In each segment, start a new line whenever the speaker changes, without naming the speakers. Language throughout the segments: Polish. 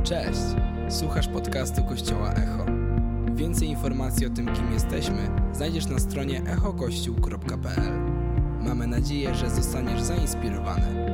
Cześć! Słuchasz podcastu Kościoła Echo. Więcej informacji o tym, kim jesteśmy, znajdziesz na stronie echokościół.pl. Mamy nadzieję, że zostaniesz zainspirowany.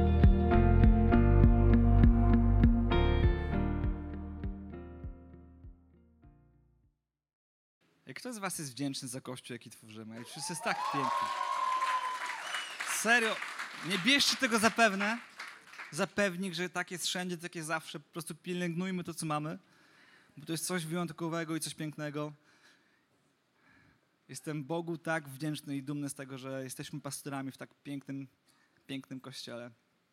Kto z was jest wdzięczny za Kościół, jaki tworzymy? Wszyscy jest tak piękny. Serio, nie bierzcie tego za pewnik, że tak jest wszędzie, tak jest zawsze. Po prostu pielęgnujmy to, co mamy, bo to jest coś wyjątkowego i coś pięknego. Jestem Bogu tak wdzięczny i dumny z tego, że jesteśmy pastorami w tak pięknym kościele.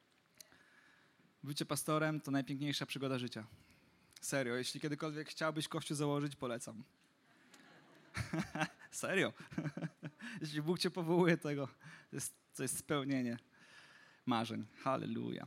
Bycie pastorem to najpiękniejsza przygoda życia. Serio, jeśli kiedykolwiek chciałbyś kościół założyć, polecam. Serio. Jeśli Bóg cię powołuje tego, to jest spełnienie marzeń. Halleluja.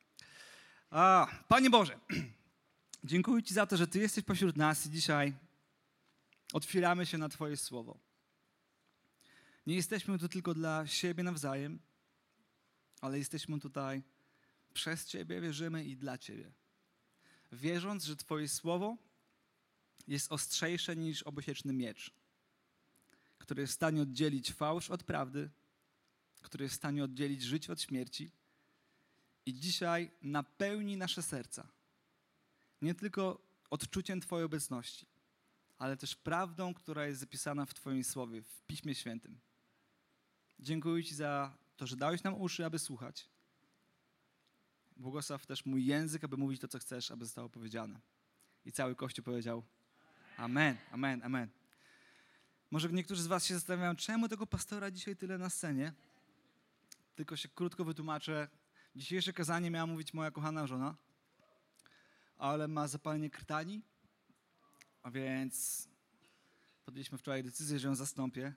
Panie Boże, dziękuję Ci za to, że Ty jesteś pośród nas i dzisiaj otwieramy się na Twoje słowo. Nie jesteśmy tu tylko dla siebie nawzajem, ale jesteśmy tutaj przez Ciebie, wierzymy i dla Ciebie. Wierząc, że Twoje słowo jest ostrzejsze niż obosieczny miecz, który jest w stanie oddzielić fałsz od prawdy, który jest w stanie oddzielić życie od śmierci i dzisiaj napełni nasze serca nie tylko odczuciem Twojej obecności, ale też prawdą, która jest zapisana w Twoim słowie, w Piśmie Świętym. Dziękuję Ci za to, że dałeś nam uszy, aby słuchać. Błogosław też mój język, aby mówić to, co chcesz, aby zostało powiedziane. I cały Kościół powiedział amen, amen, amen. Może niektórzy z was się zastanawiają, czemu tego pastora dzisiaj tyle na scenie? Tylko się krótko wytłumaczę. Dzisiejsze kazanie miała mówić moja kochana żona, ale ma zapalenie krtani, a więc podjęliśmy wczoraj decyzję, że ją zastąpię.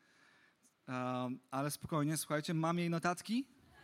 Ale spokojnie, słuchajcie, mam jej notatki,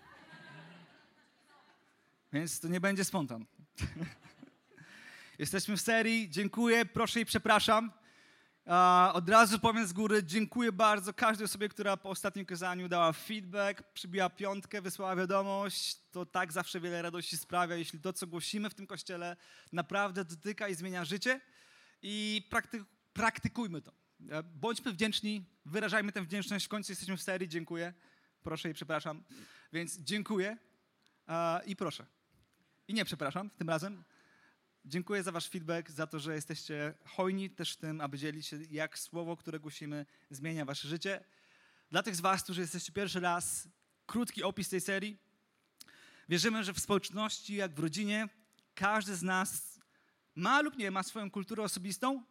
więc to nie będzie spontan. Jesteśmy w serii, dziękuję, proszę i przepraszam. Od razu powiem z góry, dziękuję bardzo każdej osobie, która po ostatnim kazaniu dała feedback, przybiła piątkę, wysłała wiadomość. To tak zawsze wiele radości sprawia, jeśli to, co głosimy w tym kościele, naprawdę dotyka i zmienia życie. I praktykujmy to. Bądźmy wdzięczni, wyrażajmy tę wdzięczność. W końcu jesteśmy w serii, dziękuję, proszę i przepraszam. Więc dziękuję i proszę. I nie przepraszam tym razem. Dziękuję za wasz feedback, za to, że jesteście hojni też w tym, aby dzielić się, jak słowo, które głosimy, zmienia wasze życie. Dla tych z was, którzy jesteście pierwszy raz, krótki opis tej serii. Wierzymy, że w społeczności, jak w rodzinie, każdy z nas ma lub nie ma swoją kulturę osobistą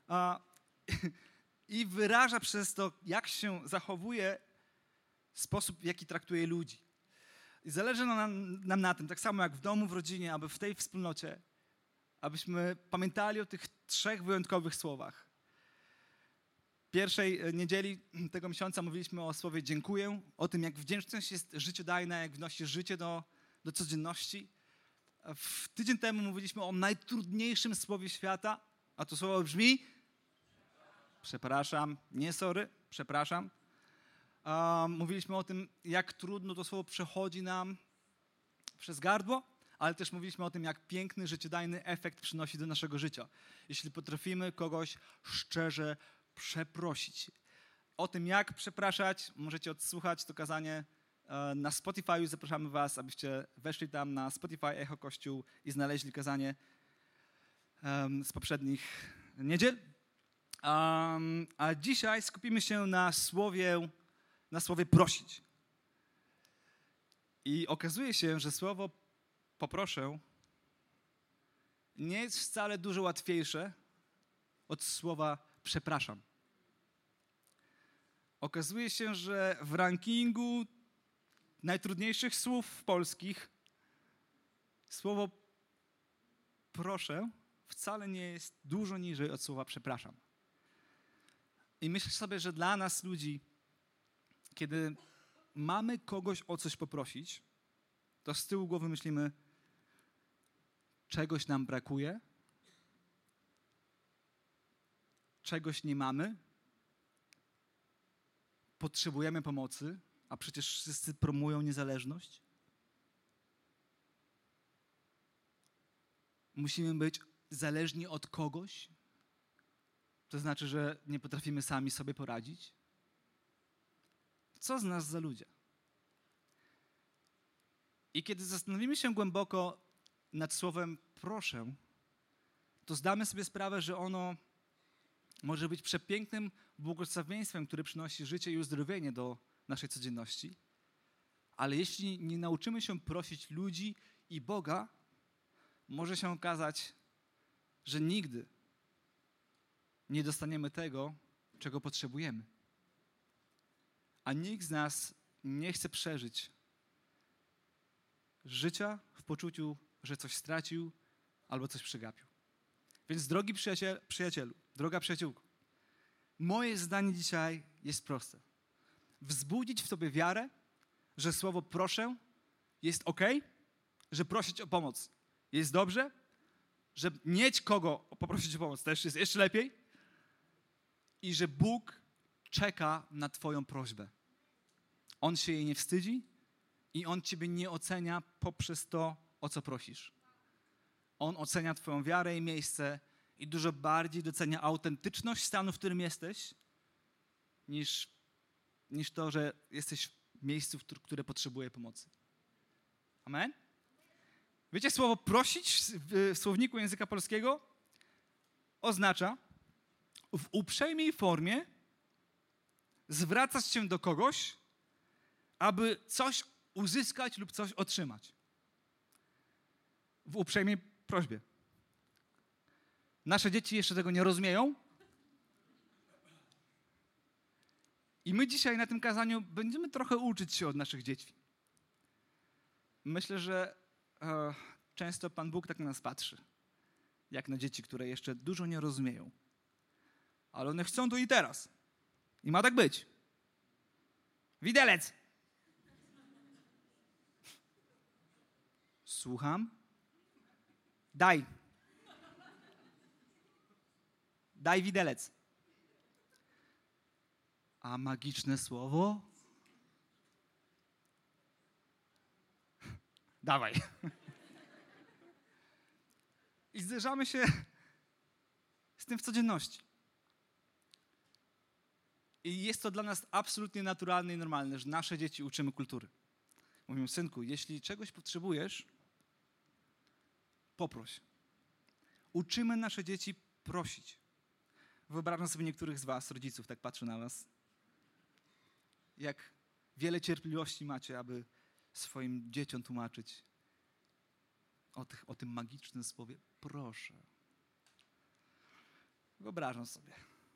i wyraża przez to, jak się zachowuje, sposób, w jaki traktuje ludzi. I zależy nam na tym, tak samo jak w domu, w rodzinie, aby w tej wspólnocie, abyśmy pamiętali o tych 3 wyjątkowych słowach. Pierwszej niedzieli tego miesiąca mówiliśmy o słowie dziękuję, o tym, jak wdzięczność jest życiodajna, jak wnosi życie do codzienności. Tydzień temu mówiliśmy o najtrudniejszym słowie świata, a to słowo brzmi przepraszam, nie sorry, przepraszam. Mówiliśmy o tym, jak trudno to słowo przechodzi nam przez gardło, ale też mówiliśmy o tym, jak piękny, życiodajny efekt przynosi do naszego życia. Jeśli potrafimy kogoś szczerze przeprosić. O tym, jak przepraszać, możecie odsłuchać to kazanie na Spotify. Zapraszamy was, abyście weszli tam na Spotify Echo Kościół i znaleźli kazanie z poprzednich niedziel. A dzisiaj skupimy się na słowie prosić. I okazuje się, że słowo poproszę nie jest wcale dużo łatwiejsze od słowa przepraszam. Okazuje się, że w rankingu najtrudniejszych słów polskich słowo proszę wcale nie jest dużo niżej od słowa przepraszam. I myślę sobie, że dla nas ludzi, kiedy mamy kogoś o coś poprosić, to z tyłu głowy myślimy, czegoś nam brakuje, czegoś nie mamy, potrzebujemy pomocy, a przecież wszyscy promują niezależność. musimy być zależni od kogoś? To znaczy, że nie potrafimy sami sobie poradzić? Co z nas za ludzie? I kiedy zastanowimy się głęboko nad słowem proszę, to zdamy sobie sprawę, że ono może być przepięknym błogosławieństwem, które przynosi życie i uzdrowienie do naszej codzienności. Ale jeśli nie nauczymy się prosić ludzi i Boga, może się okazać, że nigdy nie dostaniemy tego, czego potrzebujemy. A nikt z nas nie chce przeżyć życia w poczuciu, że coś stracił albo coś przegapił. Więc drogi przyjacielu, droga przyjaciółko, moje zdanie dzisiaj jest proste. Wzbudzić w tobie wiarę, że słowo proszę jest okej, że prosić o pomoc jest dobrze, że mieć kogo poprosić o pomoc też jest jeszcze lepiej i że Bóg czeka na twoją prośbę. On się jej nie wstydzi i On ciebie nie ocenia poprzez to, o co prosisz. On ocenia twoją wiarę i miejsce i dużo bardziej docenia autentyczność stanu, w którym jesteś, niż to, że jesteś w miejscu, które potrzebuje pomocy. Amen? Wiecie, słowo prosić w słowniku języka polskiego oznacza w uprzejmej formie zwracać się do kogoś, aby coś uzyskać lub coś otrzymać. W uprzejmej prośbie. Nasze dzieci jeszcze tego nie rozumieją. I my dzisiaj na tym kazaniu będziemy trochę uczyć się od naszych dzieci. Myślę, że często Pan Bóg tak na nas patrzy, jak na dzieci, które jeszcze dużo nie rozumieją. Ale one chcą tu i teraz. I ma tak być. Widelec! Słucham? Daj. Daj widelec. A magiczne słowo? Dawaj. I zderzamy się z tym w codzienności. I jest to dla nas absolutnie naturalne i normalne, że nasze dzieci uczymy kultury. Mówimy, synku, jeśli czegoś potrzebujesz, poproś. Uczymy nasze dzieci prosić. Wyobrażam sobie niektórych z was, rodziców, tak patrzę na was, jak wiele cierpliwości macie, aby swoim dzieciom tłumaczyć o tym magicznym słowie proszę. Wyobrażam sobie.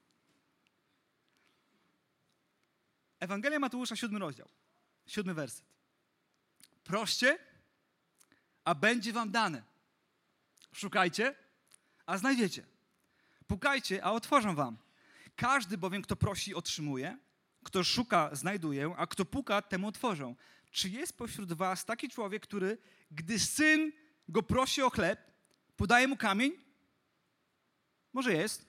Ewangelia Mateusza, 7 rozdział, 7 werset. Proście, a będzie wam dane. Szukajcie, a znajdziecie. Pukajcie, a otworzą wam. Każdy bowiem, kto prosi, otrzymuje. Kto szuka, znajduje, a kto puka, temu otworzą. Czy jest pośród was taki człowiek, który, gdy syn go prosi o chleb, podaje mu kamień? Może jest.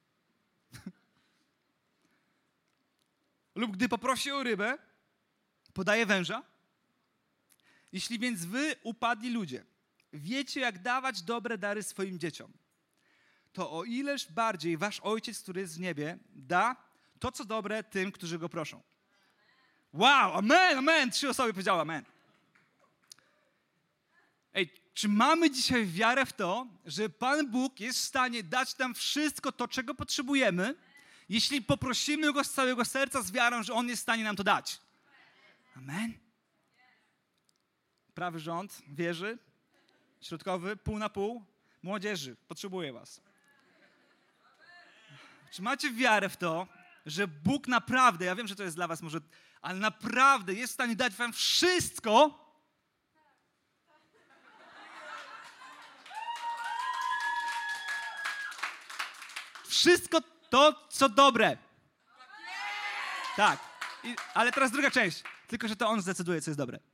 Lub gdy poprosi o rybę, podaje węża? Jeśli więc wy, upadli ludzie, wiecie, jak dawać dobre dary swoim dzieciom, to o ileż bardziej wasz Ojciec, który jest w niebie, da to, co dobre tym, którzy go proszą. Wow, amen, amen. 3 osoby powiedziały amen. Ej, czy mamy dzisiaj wiarę w to, że Pan Bóg jest w stanie dać nam wszystko to, czego potrzebujemy, jeśli poprosimy Go z całego serca, z wiarą, że On jest w stanie nam to dać? Amen. Prawy rząd wierzy, środkowy pół na pół. Młodzieży, potrzebuję was. Czy macie wiarę w to, że Bóg naprawdę, ja wiem, że to jest dla was może, ale naprawdę jest w stanie dać wam wszystko, wszystko to, co dobre. Tak. Ale teraz druga część. Tylko, że to On zdecyduje, co jest dobre.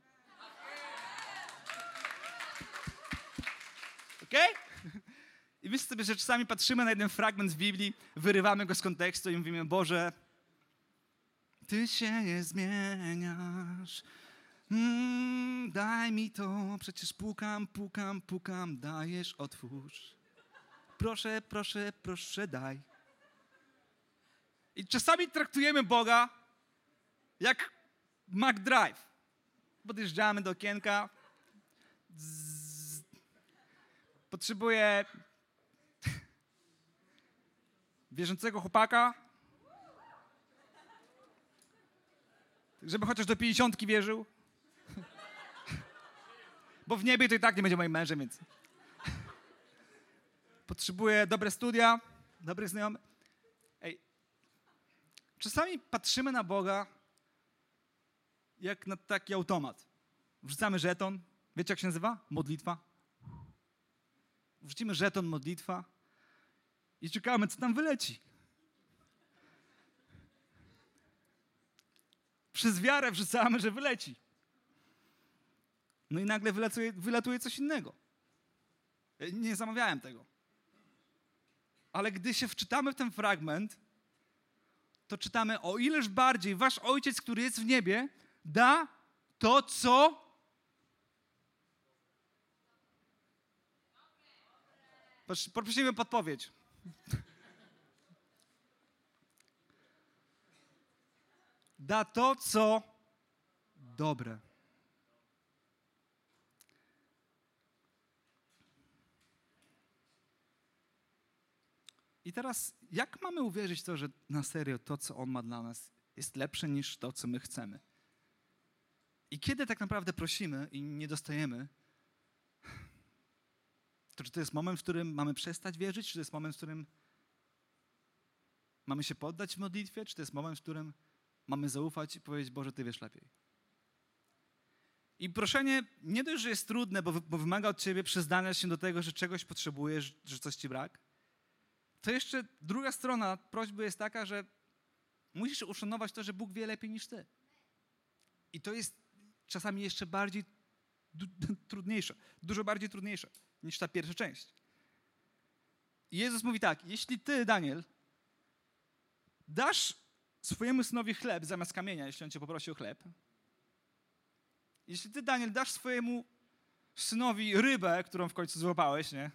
Okej? I myślę sobie, że czasami patrzymy na jeden fragment w Biblii, wyrywamy go z kontekstu i mówimy, Boże, Ty się nie zmieniasz. Daj mi to, przecież pukam, dajesz, otwórz. Proszę, daj. I czasami traktujemy Boga jak McDrive. Podjeżdżamy do okienka. Potrzebuję wierzącego chłopaka, żeby chociaż do 50 wierzył. Bo w niebie to i tak nie będzie moim mężem, więc... Potrzebuję dobre studia, dobrych znajomych. Czasami patrzymy na Boga jak na taki automat. Wrzucamy żeton. Wiecie, jak się nazywa? Modlitwa. Wrzucimy żeton, modlitwa i czekamy, co tam wyleci. Przez wiarę wrzucamy, że wyleci. No i nagle wylatuje coś innego. Nie zamawiałem tego. Ale gdy się wczytamy w ten fragment, to czytamy: o ileż bardziej wasz Ojciec, który jest w niebie, da to, co... Poprosimy podpowiedź. Da to, co dobre. I teraz, jak mamy uwierzyć w to, że na serio to, co On ma dla nas, jest lepsze niż to, co my chcemy? I kiedy tak naprawdę prosimy i nie dostajemy, to czy to jest moment, w którym mamy przestać wierzyć? Czy to jest moment, w którym mamy się poddać w modlitwie? Czy to jest moment, w którym mamy zaufać i powiedzieć: Boże, Ty wiesz lepiej? I proszenie nie dość, że jest trudne, bo wymaga od ciebie przyznania się do tego, że czegoś potrzebujesz, że coś ci brak, to jeszcze druga strona prośby jest taka, że musisz uszanować to, że Bóg wie lepiej niż ty. I to jest czasami jeszcze bardziej trudniejsze, dużo bardziej trudniejsze niż ta pierwsza część. I Jezus mówi tak: jeśli ty, Daniel, dasz swojemu synowi chleb zamiast kamienia, jeśli on cię poprosi o chleb, jeśli ty, Daniel, dasz swojemu synowi rybę, którą w końcu złapałeś, nie?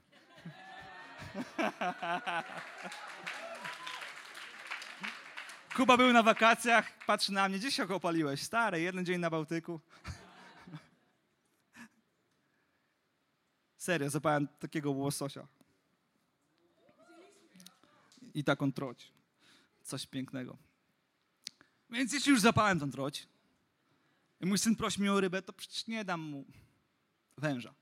Kuba był na wakacjach, patrzy na mnie: gdzie się opaliłeś? Stary, 1 dzień na Bałtyku. Serio, zapałem takiego łososia. I taką troć. Coś pięknego. Więc jeśli już zapałem tą troć i mój syn prosi mnie o rybę, to przecież nie dam mu węża.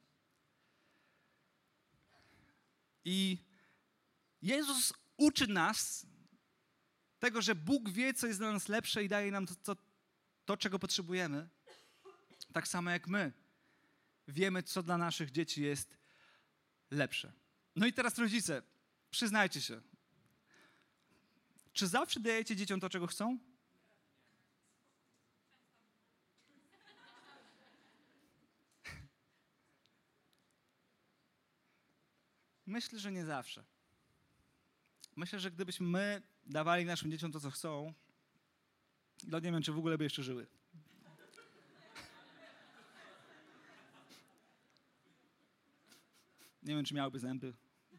I Jezus uczy nas tego, że Bóg wie, co jest dla nas lepsze i daje nam to, czego potrzebujemy. Tak samo jak my wiemy, co dla naszych dzieci jest lepsze. No i teraz, rodzice, przyznajcie się. Czy zawsze dajecie dzieciom to, czego chcą? Myślę, że nie zawsze. Myślę, że gdybyśmy my dawali naszym dzieciom to, co chcą, to nie wiem, czy w ogóle by jeszcze żyły. Nie wiem, czy miałyby zęby.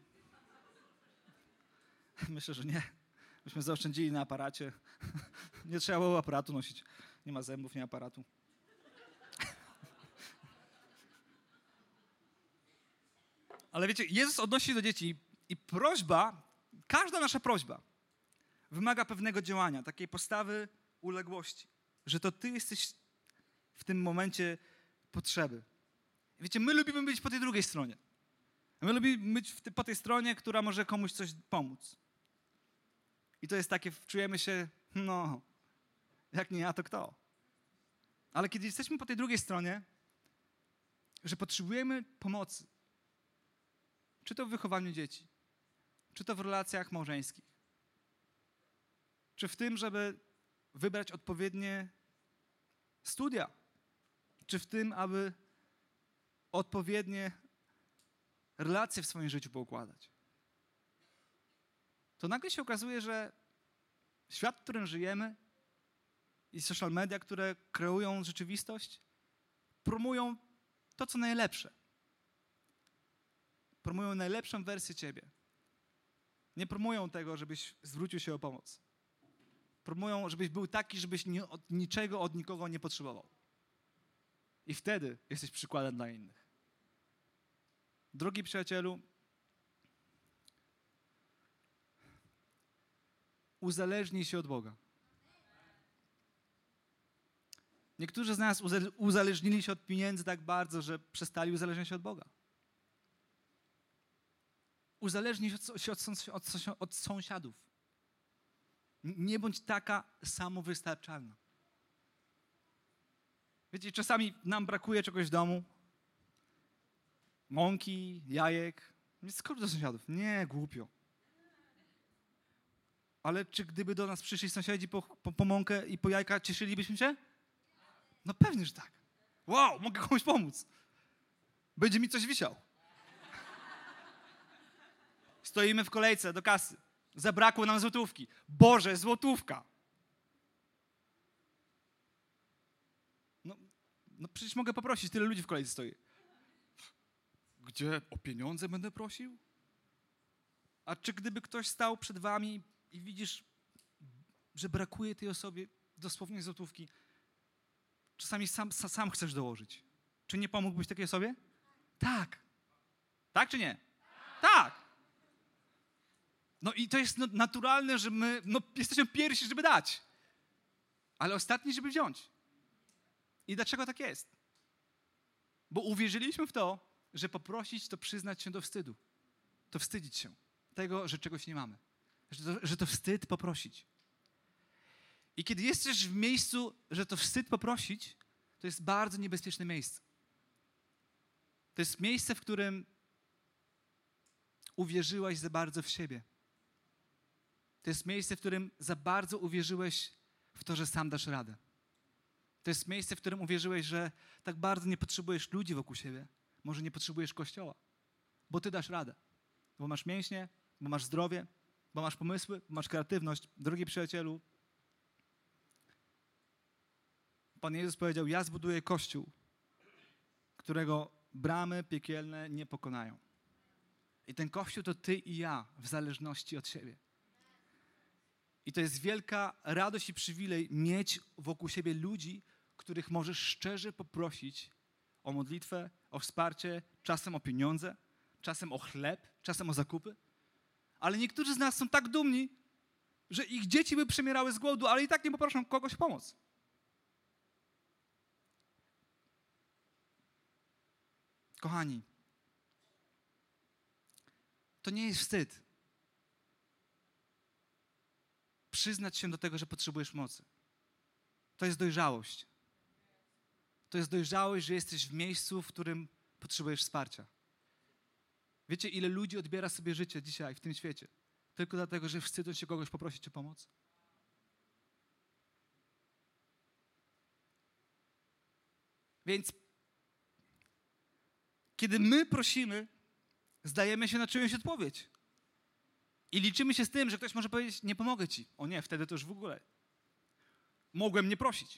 Myślę, że nie. Byśmy zaoszczędzili na aparacie. Nie trzeba było aparatu nosić. Nie ma zębów, nie aparatu. Ale wiecie, Jezus odnosi się do dzieci i prośba, każda nasza prośba wymaga pewnego działania, takiej postawy uległości, że to ty jesteś w tym momencie potrzeby. Wiecie, my lubimy być po tej drugiej stronie. My lubimy być po tej stronie, która może komuś coś pomóc. I to jest takie, czujemy się, no, jak nie ja, to kto? Ale kiedy jesteśmy po tej drugiej stronie, że potrzebujemy pomocy, czy to w wychowaniu dzieci, czy to w relacjach małżeńskich, czy w tym, żeby wybrać odpowiednie studia, czy w tym, aby odpowiednie relacje w swoim życiu poukładać, to nagle się okazuje, że świat, w którym żyjemy i social media, które kreują rzeczywistość, promują to, co najlepsze. Promują najlepszą wersję ciebie. Nie promują tego, żebyś zwrócił się o pomoc. Promują, żebyś był taki, żebyś niczego od nikogo nie potrzebował. I wtedy jesteś przykładem dla innych. Drogi przyjacielu, uzależnij się od Boga. Niektórzy z nas uzależnili się od pieniędzy tak bardzo, że przestali uzależniać się od Boga. Uzależnij się od sąsiadów. Nie bądź taka samowystarczalna. Wiecie, czasami nam brakuje czegoś w domu. Mąki, jajek. Skoro do sąsiadów. Nie, głupio. Ale czy gdyby do nas przyszli sąsiedzi po mąkę i po jajka, cieszylibyśmy się? No pewnie, że tak. Wow, mogę komuś pomóc. Będzie mi coś wisiał. Stoimy w kolejce do kasy. Zabrakło nam złotówki. Boże, złotówka. No przecież mogę poprosić, tyle ludzi w kolejce stoi. Gdzie o pieniądze będę prosił? A czy gdyby ktoś stał przed wami i widzisz, że brakuje tej osobie dosłownie złotówki, czasami sam chcesz dołożyć. Czy nie pomógłbyś takiej osobie? Tak. Tak czy nie? Tak. No i to jest naturalne, że my jesteśmy pierwsi, żeby dać. Ale ostatni, żeby wziąć. I dlaczego tak jest? Bo uwierzyliśmy w to, że poprosić to przyznać się do wstydu. To wstydzić się tego, że czegoś nie mamy. Że to wstyd poprosić. I kiedy jesteś w miejscu, że to wstyd poprosić, to jest bardzo niebezpieczne miejsce. To jest miejsce, w którym uwierzyłaś za bardzo w siebie. To jest miejsce, w którym za bardzo uwierzyłeś w to, że sam dasz radę. To jest miejsce, w którym uwierzyłeś, że tak bardzo nie potrzebujesz ludzi wokół siebie. Może nie potrzebujesz Kościoła, bo ty dasz radę. Bo masz mięśnie, bo masz zdrowie, bo masz pomysły, bo masz kreatywność. Drogi przyjacielu, Pan Jezus powiedział, ja zbuduję Kościół, którego bramy piekielne nie pokonają. I ten Kościół to ty i ja, w zależności od siebie. I to jest wielka radość i przywilej mieć wokół siebie ludzi, których możesz szczerze poprosić o modlitwę, o wsparcie, czasem o pieniądze, czasem o chleb, czasem o zakupy. Ale niektórzy z nas są tak dumni, że ich dzieci by przemierały z głodu, ale i tak nie poproszą kogoś o pomoc. Kochani, to nie jest wstyd przyznać się do tego, że potrzebujesz mocy. To jest dojrzałość. To jest dojrzałość, że jesteś w miejscu, w którym potrzebujesz wsparcia. Wiecie, ile ludzi odbiera sobie życie dzisiaj w tym świecie? Tylko dlatego, że wstydzą się kogoś poprosić o pomoc? Więc kiedy my prosimy, zdajemy się na czyjąś odpowiedź. I liczymy się z tym, że ktoś może powiedzieć, nie pomogę ci. O nie, wtedy to już w ogóle. Mogłem nie prosić.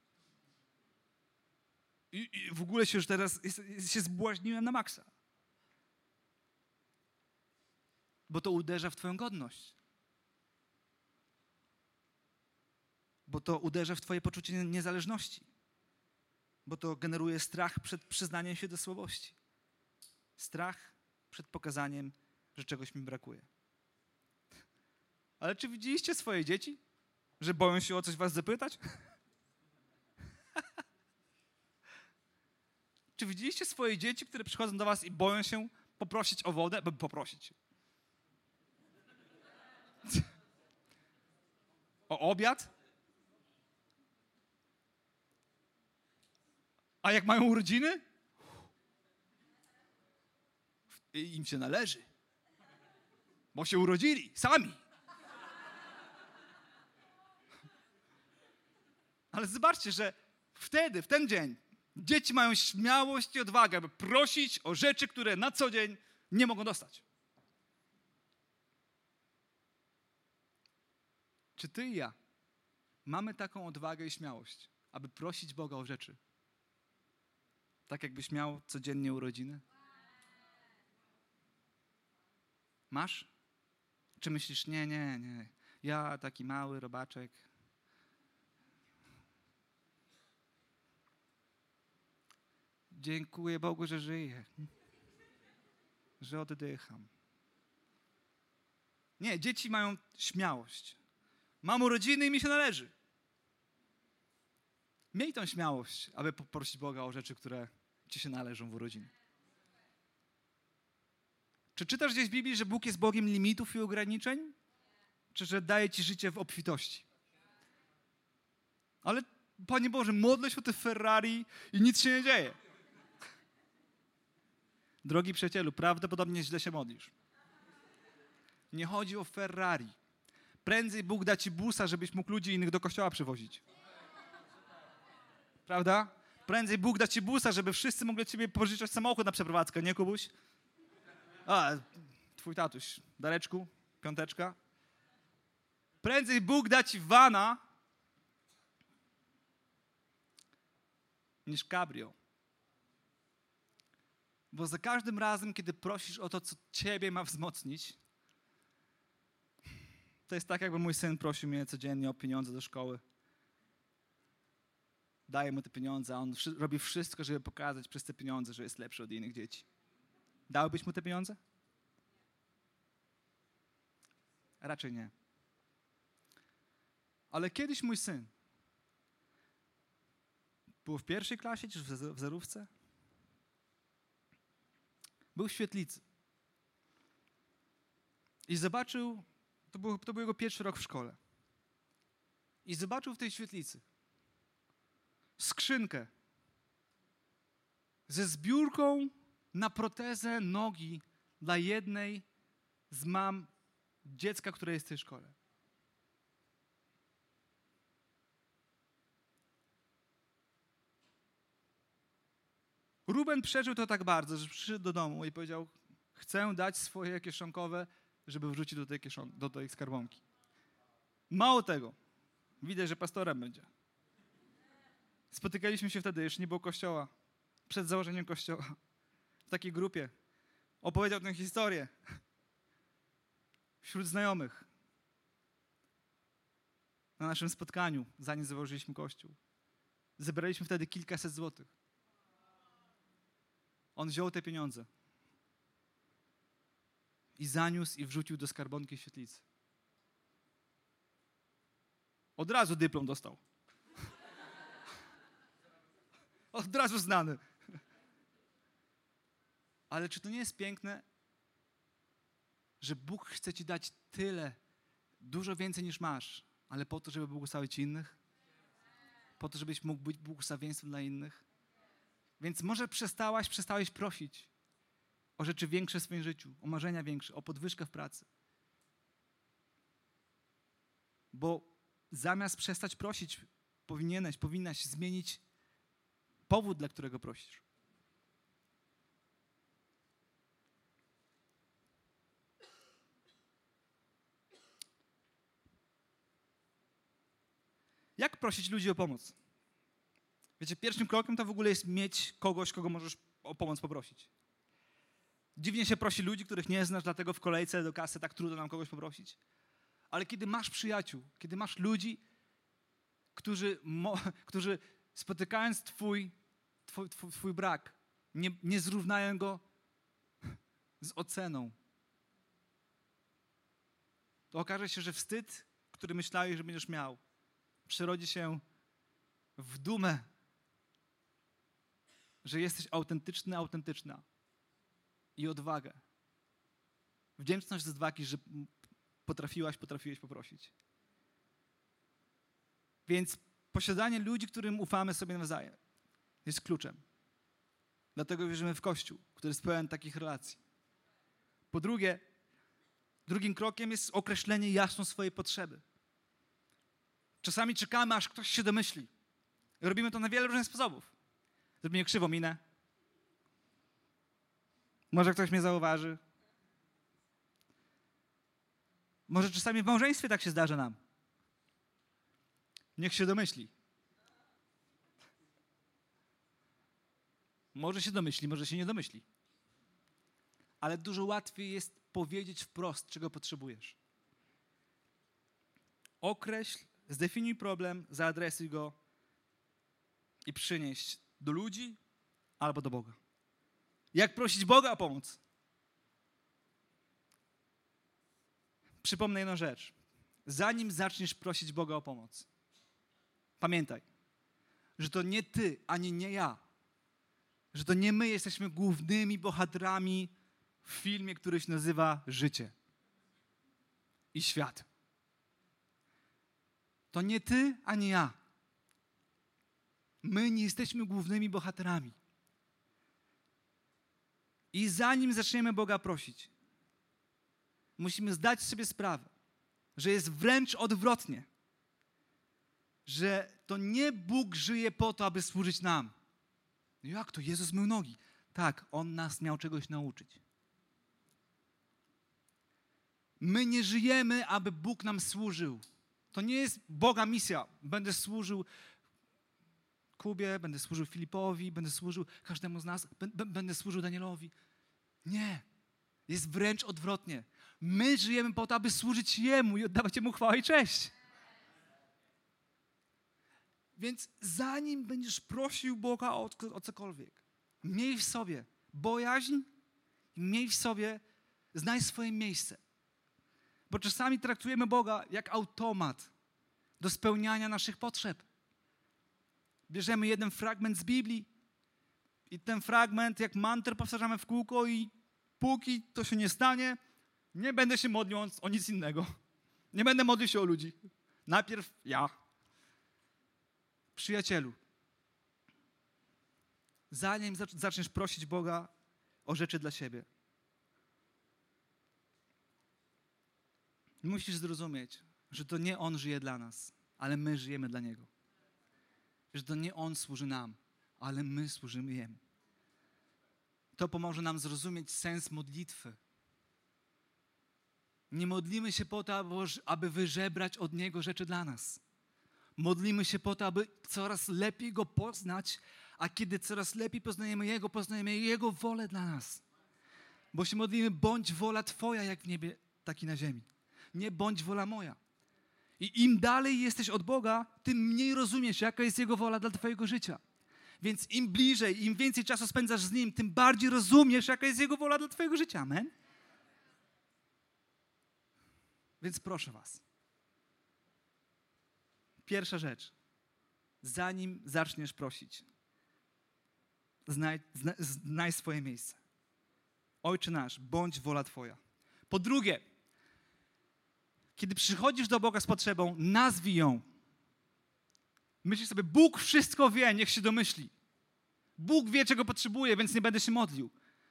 I w ogóle się już teraz się zbłaźniłem na maksa. Bo to uderza w twoją godność. Bo to uderza w twoje poczucie niezależności. Bo to generuje strach przed przyznaniem się do słabości. Strach przed pokazaniem, że czegoś mi brakuje. Ale czy widzieliście swoje dzieci? Że boją się o coś was zapytać? Czy widzieliście swoje dzieci, które przychodzą do was i boją się poprosić o wodę? Poprosić. O obiad? A jak mają urodziny? Im się należy. Bo się urodzili sami. Ale zobaczcie, że wtedy, w ten dzień, dzieci mają śmiałość i odwagę, aby prosić o rzeczy, które na co dzień nie mogą dostać. Czy ty i ja mamy taką odwagę i śmiałość, aby prosić Boga o rzeczy, Tak jakbyś miał codziennie urodziny? Masz? Czy myślisz, nie, ja taki mały robaczek. Dziękuję Bogu, że żyję, że oddycham. Nie, dzieci mają śmiałość. Mam urodziny i mi się należy. Miej tą śmiałość, aby poprosić Boga o rzeczy, które ci się należą w urodziny. Czy czytasz gdzieś w Biblii, że Bóg jest Bogiem limitów i ograniczeń? Czy że daje ci życie w obfitości? Ale Panie Boże, modlę się o te Ferrari i nic się nie dzieje. Drogi przyjacielu, prawdopodobnie źle się modlisz. Nie chodzi o Ferrari. Prędzej Bóg da ci busa, żebyś mógł ludzi innych do kościoła przywozić. Prawda? Prędzej Bóg da ci busa, żeby wszyscy mogli ciebie pożyczać samochód na przeprowadzkę, nie Kubuś? A, twój tatuś, Dareczku, piąteczka. Prędzej Bóg da ci vana niż cabrio. Bo za każdym razem, kiedy prosisz o to, co ciebie ma wzmocnić, to jest tak, jakby mój syn prosił mnie codziennie o pieniądze do szkoły. Daję mu te pieniądze, a on robi wszystko, żeby pokazać przez te pieniądze, że jest lepszy od innych dzieci. Dałbyś mu te pieniądze? Raczej nie. Ale kiedyś mój syn był w pierwszej klasie, czy w zerówce? Był w świetlicy. I zobaczył, to był jego pierwszy rok w szkole. I zobaczył w tej świetlicy skrzynkę ze zbiórką na protezę nogi dla jednej z mam dziecka, które jest w tej szkole. Ruben przeżył to tak bardzo, że przyszedł do domu i powiedział: chcę dać swoje kieszonkowe, żeby wrzucić do tej skarbonki. Mało tego, widać, że pastorem będzie. Spotykaliśmy się wtedy, jeszcze nie było kościoła, przed założeniem kościoła, w takiej grupie. Opowiedział tę historię wśród znajomych na naszym spotkaniu, zanim założyliśmy kościół. Zebraliśmy wtedy kilkaset złotych. On wziął te pieniądze i zaniósł i wrzucił do skarbonki świetlicy. Od razu dyplom dostał. Od razu znany. Ale czy to nie jest piękne, że Bóg chce ci dać tyle, dużo więcej niż masz, ale po to, żeby błogosławić innych? Po to, żebyś mógł być błogosławieństwem dla innych? Więc może przestałeś prosić o rzeczy większe w swoim życiu, o marzenia większe, o podwyżkę w pracy. Bo zamiast przestać prosić, powinnaś zmienić powód, dla którego prosisz. Jak prosić ludzi o pomoc? Wiecie, pierwszym krokiem to w ogóle jest mieć kogoś, kogo możesz o pomoc poprosić. Dziwnie się prosi ludzi, których nie znasz, dlatego w kolejce do kasy tak trudno nam kogoś poprosić. Ale kiedy masz przyjaciół, kiedy masz ludzi, którzy spotykając twój brak, nie zrównają go z oceną, to okaże się, że wstyd, który myślałeś, że będziesz miał, przerodzi się w dumę, że jesteś autentyczny, autentyczna i odwagę. Wdzięczność z odwagi, że potrafiłeś poprosić. Więc posiadanie ludzi, którym ufamy sobie nawzajem, jest kluczem. Dlatego wierzymy w Kościół, który jest pełen takich relacji. Po drugie, drugim krokiem jest określenie jasno swojej potrzeby. Czasami czekamy, aż ktoś się domyśli. I robimy to na wiele różnych sposobów. Zrobimy krzywą minę. Może ktoś mnie zauważy. Może czasami w małżeństwie tak się zdarza nam. Niech się domyśli. Może się domyśli, może się nie domyśli. Ale dużo łatwiej jest powiedzieć wprost, czego potrzebujesz. Określ, zdefiniuj problem, zaadresuj go i przynieść do ludzi albo do Boga. Jak prosić Boga o pomoc? Przypomnę jedną rzecz. Zanim zaczniesz prosić Boga o pomoc, pamiętaj, że to nie ty, ani nie ja, że to nie my jesteśmy głównymi bohaterami w filmie, który się nazywa Życie i Świat. To nie ty, ani ja. My nie jesteśmy głównymi bohaterami. I zanim zaczniemy Boga prosić, musimy zdać sobie sprawę, że jest wręcz odwrotnie. Że to nie Bóg żyje po to, aby służyć nam. Jak to? Jezus mył nogi. Tak, On nas miał czegoś nauczyć. My nie żyjemy, aby Bóg nam służył. To nie jest Boga misja. Będę służył Kubie, będę służył Filipowi, będę służył każdemu z nas, będę służył Danielowi. Nie. Jest wręcz odwrotnie. My żyjemy po to, aby służyć Jemu i oddawać Jemu chwałę i cześć. Więc zanim będziesz prosił Boga o cokolwiek, miej w sobie bojaźń i miej w sobie, znaj swoje miejsce. Bo czasami traktujemy Boga jak automat do spełniania naszych potrzeb. Bierzemy jeden fragment z Biblii i ten fragment jak mantrę powtarzamy w kółko i póki to się nie stanie, nie będę się modlił o nic innego. Nie będę modlił się o ludzi. Najpierw ja. Przyjacielu, zanim zaczniesz prosić Boga o rzeczy dla siebie, musisz zrozumieć, że to nie On żyje dla nas, ale my żyjemy dla Niego. Że to nie On służy nam, ale my służymy Jemu. To pomoże nam zrozumieć sens modlitwy. Nie modlimy się po to, aby wyżebrać od Niego rzeczy dla nas. Modlimy się po to, aby coraz lepiej Go poznać, a kiedy coraz lepiej poznajemy Jego wolę dla nas. Bo się modlimy, bądź wola Twoja, jak w niebie, tak i na ziemi. Nie bądź wola moja. I im dalej jesteś od Boga, tym mniej rozumiesz, jaka jest Jego wola dla Twojego życia. Więc im bliżej, im więcej czasu spędzasz z Nim, tym bardziej rozumiesz, jaka jest Jego wola dla Twojego życia. Amen? Więc proszę was. Pierwsza rzecz. Zanim zaczniesz prosić, znaj swoje miejsce. Ojcze nasz, bądź wola Twoja. Po drugie, kiedy przychodzisz do Boga z potrzebą, nazwij ją. Myślisz sobie, Bóg wszystko wie, niech się domyśli. Bóg wie, czego potrzebuje, więc nie będę się modlił.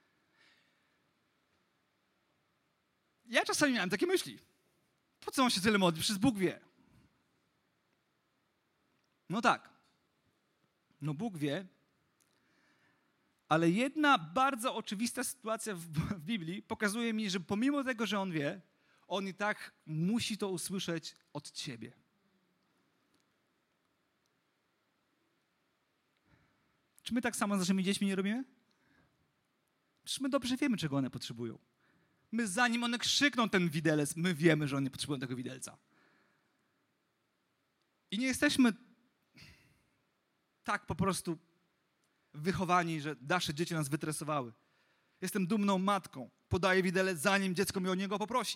Ja czasami miałem takie myśli. Po co on się tyle modli? Przecież Bóg wie. No tak. No Bóg wie. Ale jedna bardzo oczywista sytuacja w Biblii pokazuje mi, że pomimo tego, że On wie, On i tak musi to usłyszeć od ciebie. Czy my tak samo z naszymi dziećmi nie robimy? Przecież my dobrze wiemy, czego one potrzebują. My zanim one krzykną ten widelec, my wiemy, że one potrzebują tego widelca. I nie jesteśmy tak po prostu wychowani, że nasze dzieci nas wytresowały. Jestem dumną matką. Podaję widelec, zanim dziecko mnie o niego poprosi.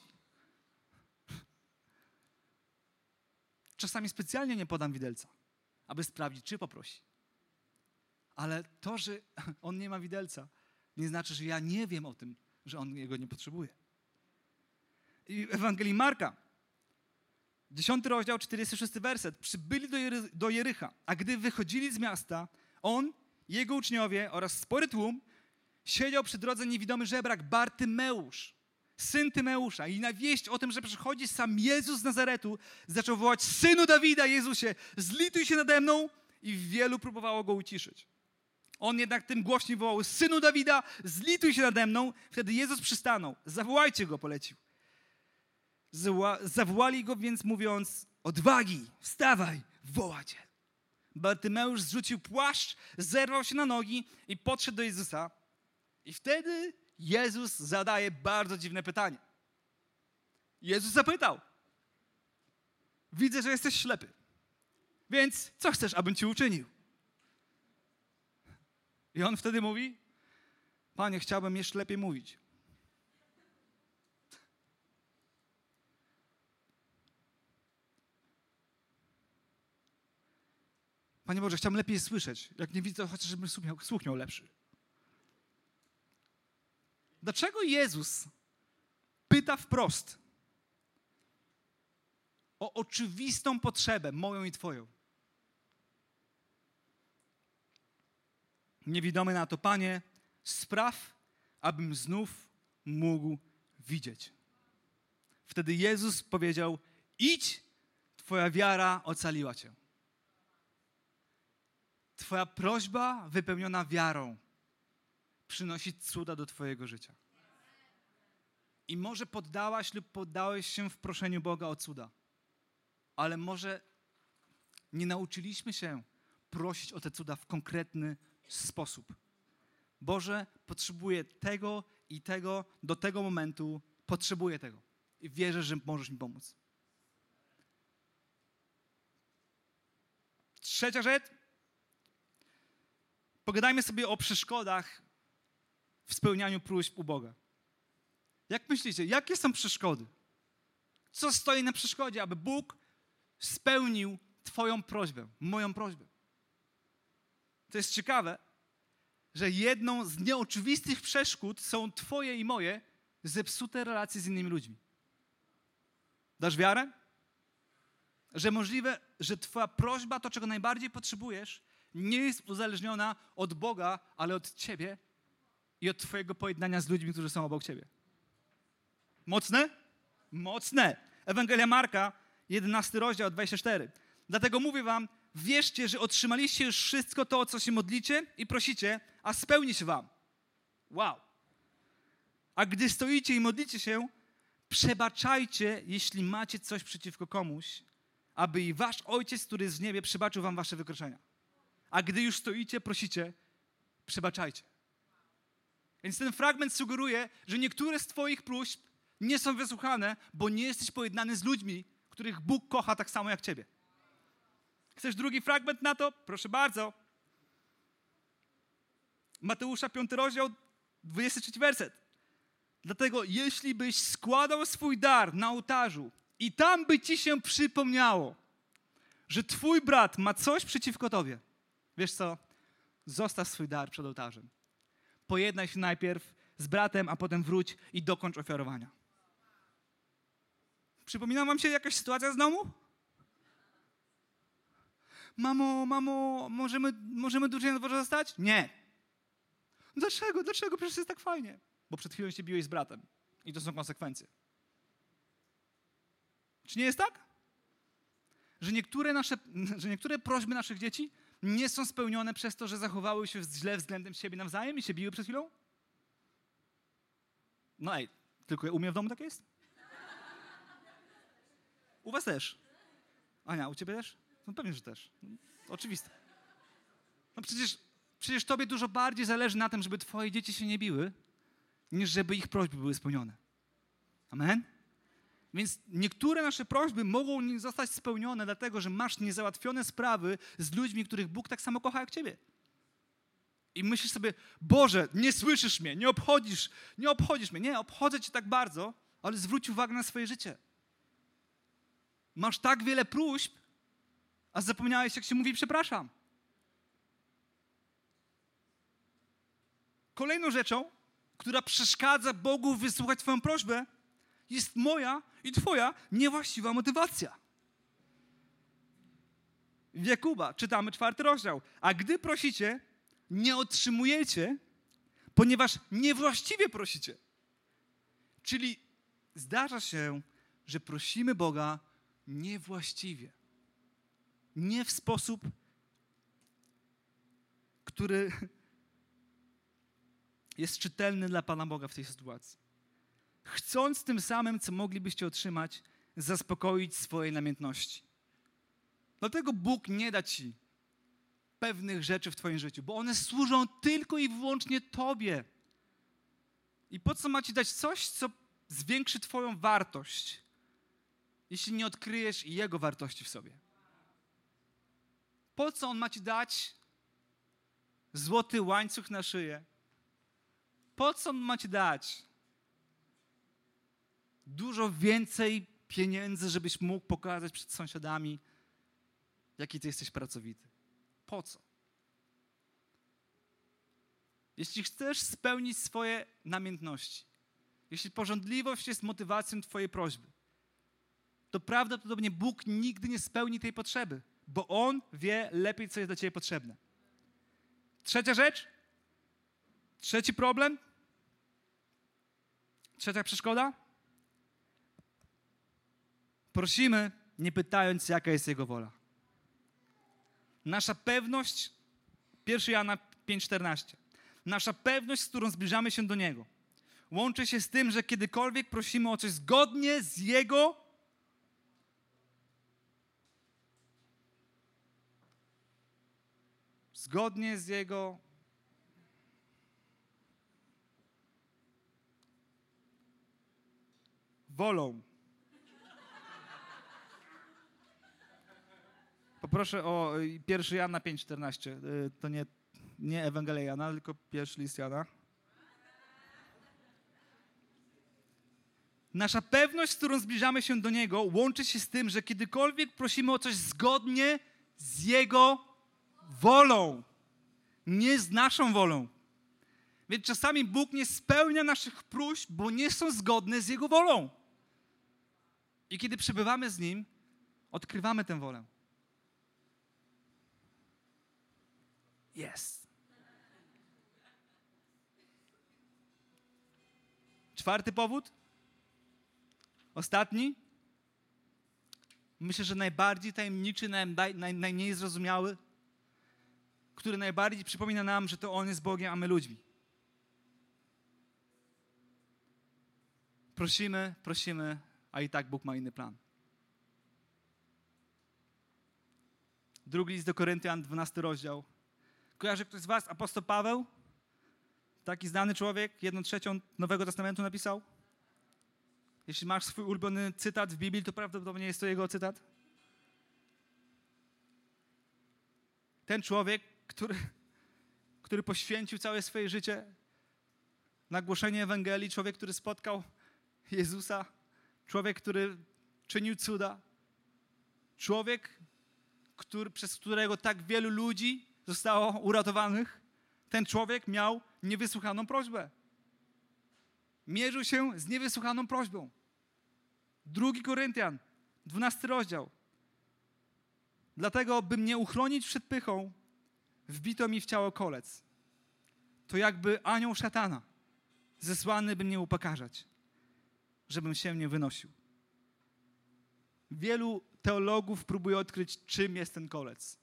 Czasami specjalnie nie podam widelca, aby sprawdzić, czy poprosi. Ale to, że on nie ma widelca, nie znaczy, że ja nie wiem o tym, że on jego nie potrzebuje. I w Ewangelii Marka, 10 rozdział, 46 werset. Przybyli do Jericha, a gdy wychodzili z miasta, on, jego uczniowie oraz spory tłum, siedział przy drodze niewidomy żebrak Bartymeusz, syn Tymeusza. I na wieść o tym, że przychodzi sam Jezus z Nazaretu, zaczął wołać: Synu Dawida, Jezusie, zlituj się nade mną. I wielu próbowało go uciszyć. On jednak tym głośniej wołał: Synu Dawida, zlituj się nade mną. Wtedy Jezus przystanął. Zawołajcie go, polecił. Zawołali go więc mówiąc: odwagi, wstawaj, woła cię. Bartymeusz zrzucił płaszcz, zerwał się na nogi i podszedł do Jezusa. I wtedy Jezus zadaje bardzo dziwne pytanie. Jezus zapytał: widzę, że jesteś ślepy, więc co chcesz, abym ci uczynił? I on wtedy mówi: Panie, chciałbym jeszcze lepiej mówić. Panie Boże, chciałbym lepiej słyszeć. Jak nie widzę, chociaż żebym słuch miał lepszy. Dlaczego Jezus pyta wprost o oczywistą potrzebę, moją i twoją? Niewidomy na to: Panie, spraw, abym znów mógł widzieć. Wtedy Jezus powiedział: idź, twoja wiara ocaliła cię. Twoja prośba wypełniona wiarą przynosi cuda do twojego życia. I może poddałaś lub poddałeś się w proszeniu Boga o cuda, ale może nie nauczyliśmy się prosić o te cuda w konkretny sposób. Boże, potrzebuję tego i tego, do tego momentu potrzebuję tego. I wierzę, że możesz mi pomóc. Trzecia rzecz. Pogadajmy sobie o przeszkodach w spełnianiu próśb u Boga. Jak myślicie, jakie są przeszkody? Co stoi na przeszkodzie, aby Bóg spełnił twoją prośbę, moją prośbę? To jest ciekawe, że jedną z nieoczywistych przeszkód są twoje i moje zepsute relacje z innymi ludźmi. Dasz wiarę? Że możliwe, że twoja prośba, to czego najbardziej potrzebujesz, nie jest uzależniona od Boga, ale od ciebie i od twojego pojednania z ludźmi, którzy są obok ciebie. Mocne? Mocne. Ewangelia Marka, 11 rozdział, 24. Dlatego mówię wam, wierzcie, że otrzymaliście już wszystko to, o co się modlicie i prosicie, a spełni się wam. Wow. A gdy stoicie i modlicie się, przebaczajcie, jeśli macie coś przeciwko komuś, aby i wasz Ojciec, który jest w niebie, przebaczył wam wasze wykroczenia. A gdy już stoicie, prosicie, przebaczajcie. Więc ten fragment sugeruje, że niektóre z twoich próśb nie są wysłuchane, bo nie jesteś pojednany z ludźmi, których Bóg kocha tak samo jak ciebie. Chcesz drugi fragment na to? Proszę bardzo. Mateusza 5 rozdział, 23 werset. Dlatego jeśli byś składał swój dar na ołtarzu i tam by ci się przypomniało, że twój brat ma coś przeciwko tobie, wiesz co? Zostaw swój dar przed ołtarzem. Pojednaj się najpierw z bratem, a potem wróć i dokończ ofiarowania. Przypomina wam się jakaś sytuacja z domu? Mamo, możemy dłużej na dworze zostać? Nie. Dlaczego? Przecież jest tak fajnie. Bo przed chwilą się biłeś z bratem. I to są konsekwencje. Czy nie jest tak? Że niektóre prośby naszych dzieci nie są spełnione przez to, że zachowały się źle względem siebie nawzajem i się biły przed chwilą? No tylko u mnie w domu tak jest? U was też? Ania, u ciebie też? No pewnie, że też. Oczywiste. No przecież tobie dużo bardziej zależy na tym, żeby twoje dzieci się nie biły, niż żeby ich prośby były spełnione. Amen? Więc niektóre nasze prośby mogą nie zostać spełnione, dlatego że masz niezałatwione sprawy z ludźmi, których Bóg tak samo kocha jak ciebie. I myślisz sobie, Boże, nie słyszysz mnie, nie obchodzisz mnie. Nie, obchodzę cię tak bardzo, ale zwróć uwagę na swoje życie. Masz tak wiele próśb, a zapomniałeś, jak się mówi przepraszam. Kolejną rzeczą, która przeszkadza Bogu wysłuchać twoją prośbę, jest moja i twoja niewłaściwa motywacja. W Jakuba czytamy 4 rozdział. A gdy prosicie, nie otrzymujecie, ponieważ niewłaściwie prosicie. Czyli zdarza się, że prosimy Boga niewłaściwie. Nie w sposób, który jest czytelny dla Pana Boga w tej sytuacji. Chcąc tym samym, co moglibyście otrzymać, zaspokoić swoje namiętności. Dlatego Bóg nie da ci pewnych rzeczy w twoim życiu, bo one służą tylko i wyłącznie tobie. I po co ma ci dać coś, co zwiększy twoją wartość, jeśli nie odkryjesz Jego wartości w sobie? Po co On ma ci dać złoty łańcuch na szyję? Po co On ma ci dać dużo więcej pieniędzy, żebyś mógł pokazać przed sąsiadami, jaki ty jesteś pracowity? Po co? Jeśli chcesz spełnić swoje namiętności, jeśli pożądliwość jest motywacją twojej prośby, to prawdopodobnie Bóg nigdy nie spełni tej potrzeby, bo On wie lepiej, co jest dla ciebie potrzebne. Trzecia rzecz, trzeci problem, trzecia przeszkoda. Prosimy, nie pytając, jaka jest Jego wola. Nasza pewność, 1 Jana 5,14. Nasza pewność, z którą zbliżamy się do Niego, łączy się z tym, że kiedykolwiek prosimy o coś zgodnie z Jego wolą. Poproszę o 1 Jana 5,14. To nie Ewangelia Jana, tylko pierwszy list Jana. Nasza pewność, z którą zbliżamy się do Niego, łączy się z tym, że kiedykolwiek prosimy o coś zgodnie z Jego wolą, nie z naszą wolą. Więc czasami Bóg nie spełnia naszych próśb, bo nie są zgodne z Jego wolą. I kiedy przebywamy z Nim, odkrywamy tę wolę. Jest. Czwarty powód. Ostatni. Myślę, że najbardziej tajemniczy, najmniej zrozumiały, który najbardziej przypomina nam, że to On jest Bogiem, a my ludźmi. Prosimy, a i tak Bóg ma inny plan. Drugi list do Koryntian, 12 rozdział. Kojarzy ktoś z was apostoł Paweł? Taki znany człowiek, 1/3 Nowego Testamentu napisał. Jeśli masz swój ulubiony cytat w Biblii, to prawdopodobnie jest to jego cytat. Ten człowiek, który poświęcił całe swoje życie na głoszenie Ewangelii, człowiek, który spotkał Jezusa, człowiek, który czynił cuda, człowiek, przez którego tak wielu ludzi zostało uratowanych, ten człowiek miał niewysłuchaną prośbę. Mierzył się z niewysłuchaną prośbą. 2 Koryntian, 12 rozdział. Dlatego, by mnie uchronić przed pychą, wbito mi w ciało kolec. To jakby anioł szatana, zesłany, by mnie upokarzać, żebym się nie wynosił. Wielu teologów próbuje odkryć, czym jest ten kolec.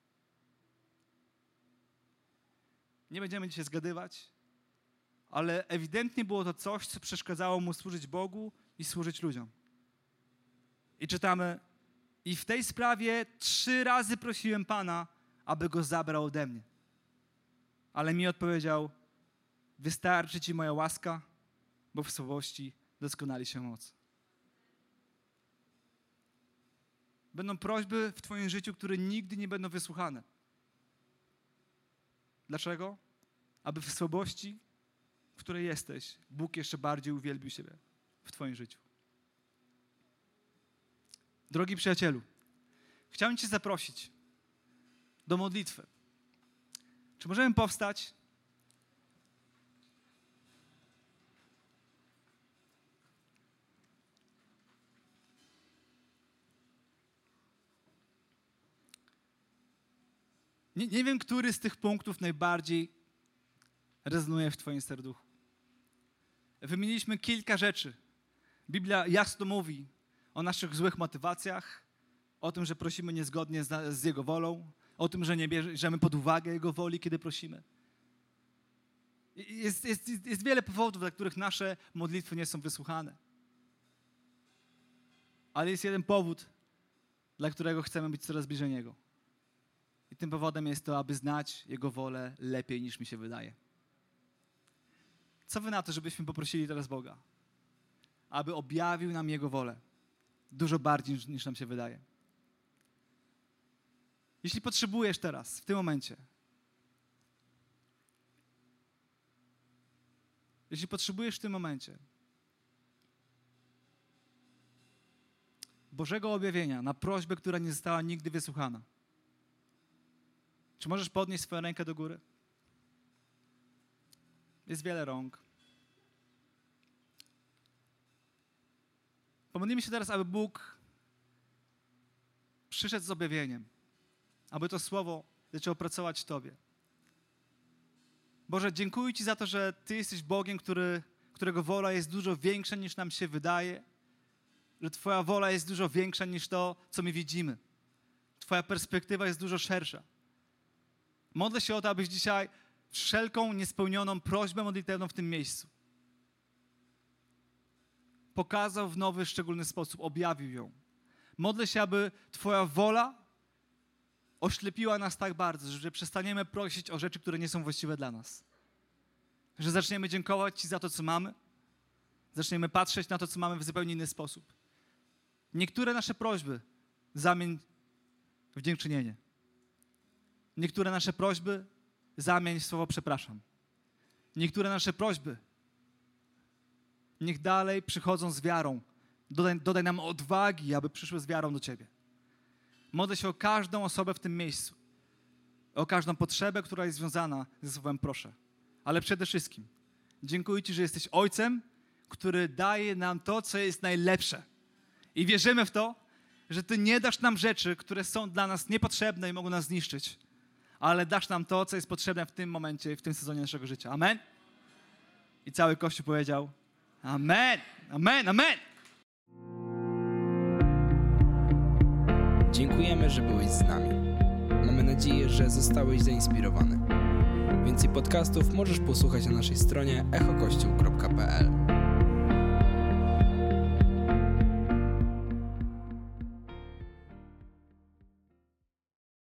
Nie będziemy dzisiaj zgadywać, ale ewidentnie było to coś, co przeszkadzało mu służyć Bogu i służyć ludziom. I czytamy: i w tej sprawie 3 razy prosiłem Pana, aby go zabrał ode mnie. Ale mi odpowiedział: wystarczy ci moja łaska, bo w słabości doskonali się moc. Będą prośby w twoim życiu, które nigdy nie będą wysłuchane. Dlaczego? Aby w słabości, w której jesteś, Bóg jeszcze bardziej uwielbił siebie w twoim życiu. Drogi przyjacielu, chciałem cię zaprosić do modlitwy. Czy możemy powstać? Nie wiem, który z tych punktów najbardziej rezonuje w twoim serduchu. Wymieniliśmy kilka rzeczy. Biblia jasno mówi o naszych złych motywacjach, o tym, że prosimy niezgodnie z Jego wolą, o tym, że nie bierzemy pod uwagę Jego woli, kiedy prosimy. Jest wiele powodów, dla których nasze modlitwy nie są wysłuchane. Ale jest jeden powód, dla którego chcemy być coraz bliżej Niego. I tym powodem jest to, aby znać Jego wolę lepiej niż mi się wydaje. Co wy na to, żebyśmy poprosili teraz Boga, aby objawił nam Jego wolę dużo bardziej niż nam się wydaje? Jeśli potrzebujesz teraz, w tym momencie, jeśli potrzebujesz w tym momencie Bożego objawienia na prośbę, która nie została nigdy wysłuchana, czy możesz podnieść swoją rękę do góry? Jest wiele rąk. Pomodlimy się teraz, aby Bóg przyszedł z objawieniem, aby to słowo zaczęło pracować w Tobie. Boże, dziękuję Ci za to, że Ty jesteś Bogiem, którego wola jest dużo większa niż nam się wydaje, że Twoja wola jest dużo większa niż to, co my widzimy. Twoja perspektywa jest dużo szersza. Modlę się o to, abyś dzisiaj wszelką niespełnioną prośbę modlitewną w tym miejscu pokazał w nowy, szczególny sposób, objawił ją. Modlę się, aby Twoja wola oślepiła nas tak bardzo, że przestaniemy prosić o rzeczy, które nie są właściwe dla nas. Że zaczniemy dziękować Ci za to, co mamy. Zaczniemy patrzeć na to, co mamy w zupełnie inny sposób. Niektóre nasze prośby zamień w dziękczynienie. Niektóre nasze prośby zamień w słowo przepraszam. Niektóre nasze prośby niech dalej przychodzą z wiarą. Dodaj nam odwagi, aby przyszły z wiarą do Ciebie. Modlę się o każdą osobę w tym miejscu. O każdą potrzebę, która jest związana ze słowem proszę. Ale przede wszystkim dziękuję Ci, że jesteś Ojcem, który daje nam to, co jest najlepsze. I wierzymy w to, że Ty nie dasz nam rzeczy, które są dla nas niepotrzebne i mogą nas zniszczyć, ale dasz nam to, co jest potrzebne w tym momencie i w tym sezonie naszego życia. Amen? I cały Kościół powiedział amen, amen, amen.
Dziękujemy, że byłeś z nami. Mamy nadzieję, że zostałeś zainspirowany. Więcej podcastów możesz posłuchać na naszej stronie echokościół.pl.